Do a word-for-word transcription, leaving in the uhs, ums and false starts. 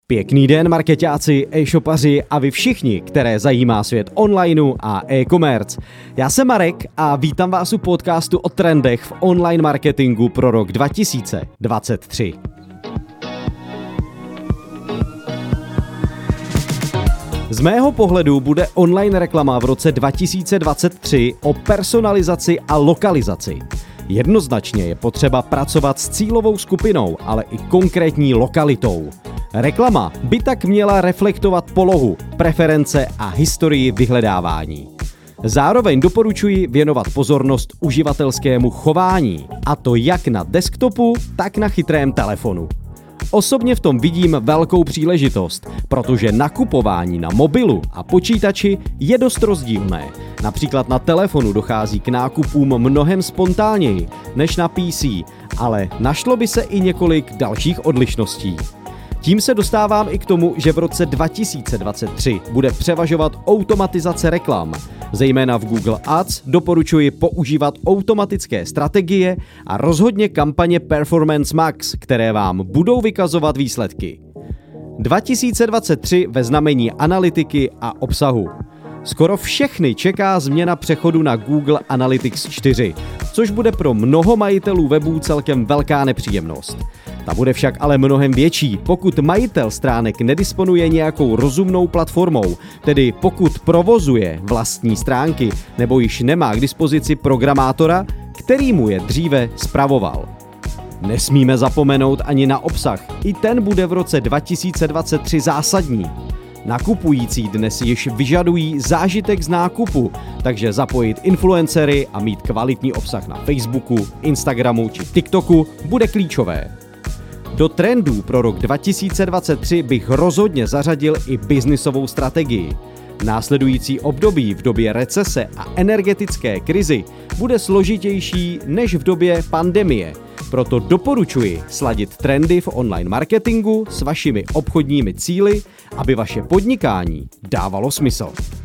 Pěkný den, markeťáci, e-shopaři a vy všichni, které zajímá svět onlineu a e-commerce. Já jsem Marek a vítám vás u podcastu o trendech v online marketingu pro rok dva tisíce dvacet tři. Z mého pohledu bude online reklama v roce dva tisíce dvacet tři o personalizaci a lokalizaci. Jednoznačně je potřeba pracovat s cílovou skupinou, ale i konkrétní lokalitou. Reklama by tak měla reflektovat polohu, preference a historii vyhledávání. Zároveň doporučuji věnovat pozornost uživatelskému chování, a to jak na desktopu, tak na chytrém telefonu. Osobně v tom vidím velkou příležitost, protože nakupování na mobilu a počítači je dost rozdílné. Například na telefonu dochází k nákupům mnohem spontánněji než na P C, ale našlo by se i několik dalších odlišností. Tím se dostávám i k tomu, že v roce dva tisíce dvacet tři bude převažovat automatizace reklam. Zejména v Google Ads doporučuji používat automatické strategie a rozhodně kampaně Performance Max, které vám budou vykazovat výsledky. dva tisíce dvacet tři ve znamení analytiky a obsahu. Skoro všechny čeká změna přechodu na Google Analytics čtyři, což bude pro mnoho majitelů webů celkem velká nepříjemnost. Ta bude však ale mnohem větší, pokud majitel stránek nedisponuje nějakou rozumnou platformou, tedy pokud provozuje vlastní stránky nebo již nemá k dispozici programátora, který mu je dříve spravoval. Nesmíme zapomenout ani na obsah, i ten bude v roce dva tisíce dvacet tři zásadní. Nakupující dnes již vyžadují zážitek z nákupu, takže zapojit influencery a mít kvalitní obsah na Facebooku, Instagramu či TikToku bude klíčové. Do trendů pro rok dva tisíce dvacet tři bych rozhodně zařadil i biznisovou strategii. Následující období v době recese a energetické krizi bude složitější než v době pandemie. Proto doporučuji sladit trendy v online marketingu s vašimi obchodními cíli, aby vaše podnikání dávalo smysl.